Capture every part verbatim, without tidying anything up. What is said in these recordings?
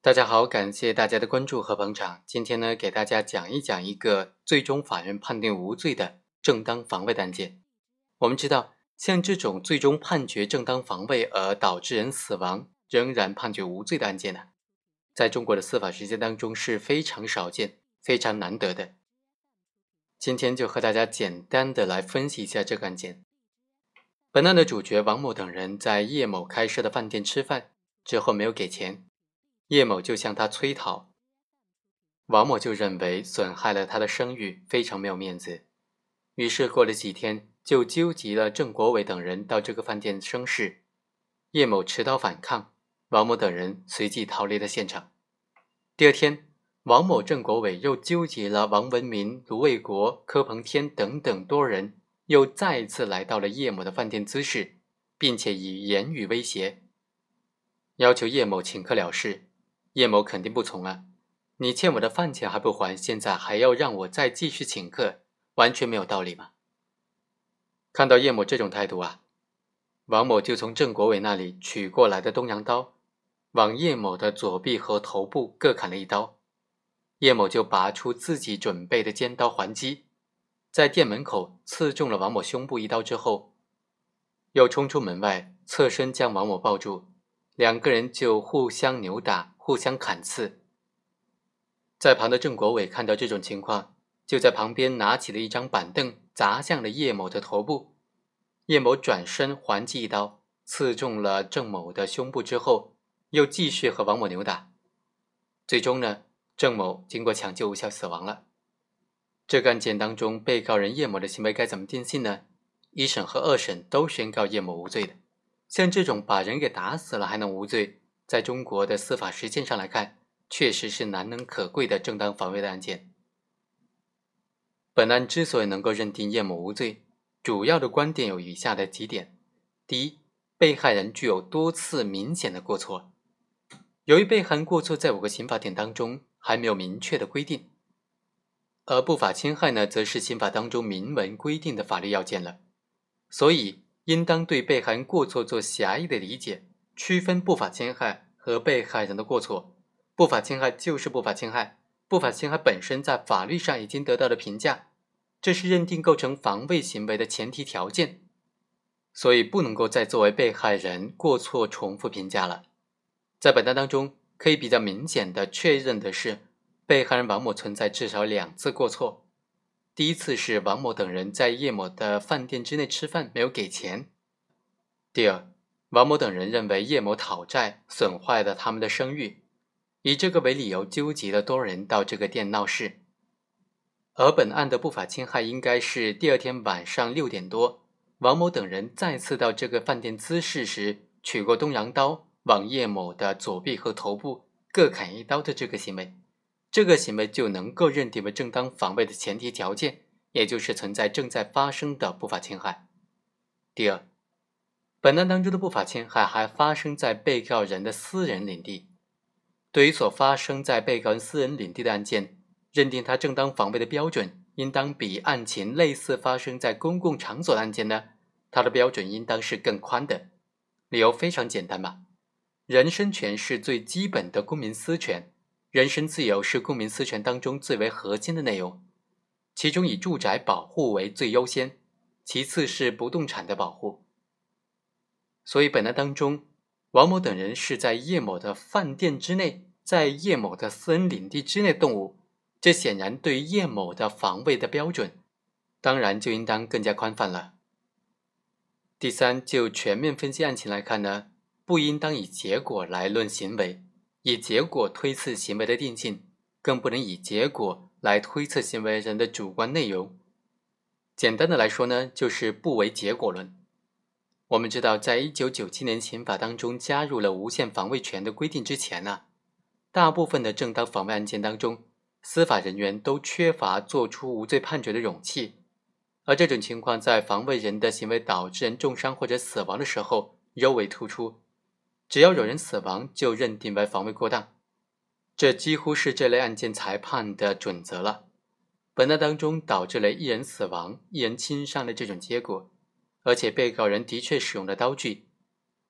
大家好，感谢大家的关注和捧场。今天呢，给大家讲一讲一个最终法院判定无罪的正当防卫的案件。我们知道，像这种最终判决正当防卫而导致人死亡，仍然判决无罪的案件呢，在中国的司法实践当中是非常少见、非常难得的。今天就和大家简单的来分析一下这个案件。本案的主角王某等人在叶某开设的饭店吃饭之后没有给钱，叶某就向他催讨，王某就认为损害了他的声誉，非常没有面子，于是过了几天就纠集了郑国伟等人到这个饭店生事。叶某持刀反抗，王某等人随即逃离了现场。第二天，王某、郑国伟又纠集了王文明、卢卫国、柯鹏天等等多人，又再一次来到了叶某的饭店滋事，并且以言语威胁，要求叶某请客了事。叶某肯定不从啊，你欠我的饭钱还不还，现在还要让我再继续请客，完全没有道理嘛。看到叶某这种态度啊，王某就从郑国伟那里取过来的东洋刀，往叶某的左臂和头部各砍了一刀。叶某就拔出自己准备的尖刀还击，在店门口刺中了王某胸部一刀之后，又冲出门外，侧身将王某抱住，两个人就互相扭打，互相砍刺。在旁的郑国伟看到这种情况，就在旁边拿起了一张板凳砸向了叶某的头部。叶某转身还击一刀，刺中了郑某的胸部之后，又继续和王某扭打。最终呢，郑某经过抢救无效死亡了。这个案件当中，被告人叶某的行为该怎么定性呢？一审和二审都宣告叶某无罪的。像这种把人给打死了还能无罪，在中国的司法实践上来看，确实是难能可贵的正当防卫的案件。本案之所以能够认定叶某无罪，主要的观点有以下的几点。第一，被害人具有多次明显的过错。由于被害人过错在我国刑法典当中还没有明确的规定，而不法侵害呢，则是刑法当中明文规定的法律要件了，所以应当对被害人过错做狭义的理解，区分不法侵害和被害人的过错。不法侵害就是不法侵害，不法侵害本身在法律上已经得到了评价，这是认定构成防卫行为的前提条件，所以不能够再作为被害人过错重复评价了。在本案当中，可以比较明显的确认的是，被害人王某存在至少两次过错。第一次是王某等人在叶某的饭店之内吃饭没有给钱。第二，王某等人认为叶某讨债损坏了他们的声誉，以这个为理由纠集了多人到这个店闹事。而本案的不法侵害应该是第二天晚上六点多，王某等人再次到这个饭店滋事时，取过东洋刀往叶某的左臂和头部各砍一刀的这个行为，这个行为就能够认定为正当防卫的前提条件，也就是存在正在发生的不法侵害。第二，本案当中的不法侵害还发生在被告人的私人领地。对于所发生在被告人私人领地的案件，认定他正当防卫的标准应当比案情类似发生在公共场所的案件呢，它的标准应当是更宽的。理由非常简单嘛，人身权是最基本的公民私权，人身自由是公民私权当中最为核心的内容，其中以住宅保护为最优先，其次是不动产的保护。所以本案当中，王某等人是在叶某的饭店之内，在叶某的私人领地之内动武，这显然对于叶某的防卫的标准，当然就应当更加宽泛了。第三，就全面分析案情来看呢，不应当以结果来论行为，以结果推测行为的定性，更不能以结果来推测行为人的主观内容。简单的来说呢，就是不为结果论。我们知道，在一九九七年刑法当中加入了无限防卫权的规定之前呢、啊，大部分的正当防卫案件当中，司法人员都缺乏做出无罪判决的勇气，而这种情况在防卫人的行为导致人重伤或者死亡的时候尤为突出，只要有人死亡就认定为防卫过当，这几乎是这类案件裁判的准则了。本案当中导致了一人死亡、一人轻伤的这种结果，而且被告人的确使用了刀具，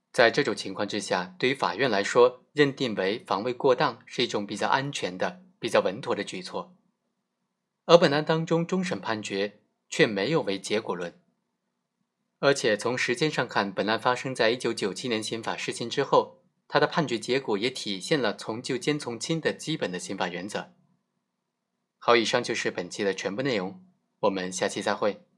在这种情况之下，对于法院来说，认定为防卫过当是一种比较安全的、比较稳妥的举措。而本案当中，终审判决却没有为结果论。而且从时间上看，本案发生在一九九七年刑法施行之后，它的判决结果也体现了从旧兼从轻的基本的刑法原则。好，以上就是本期的全部内容，我们下期再会。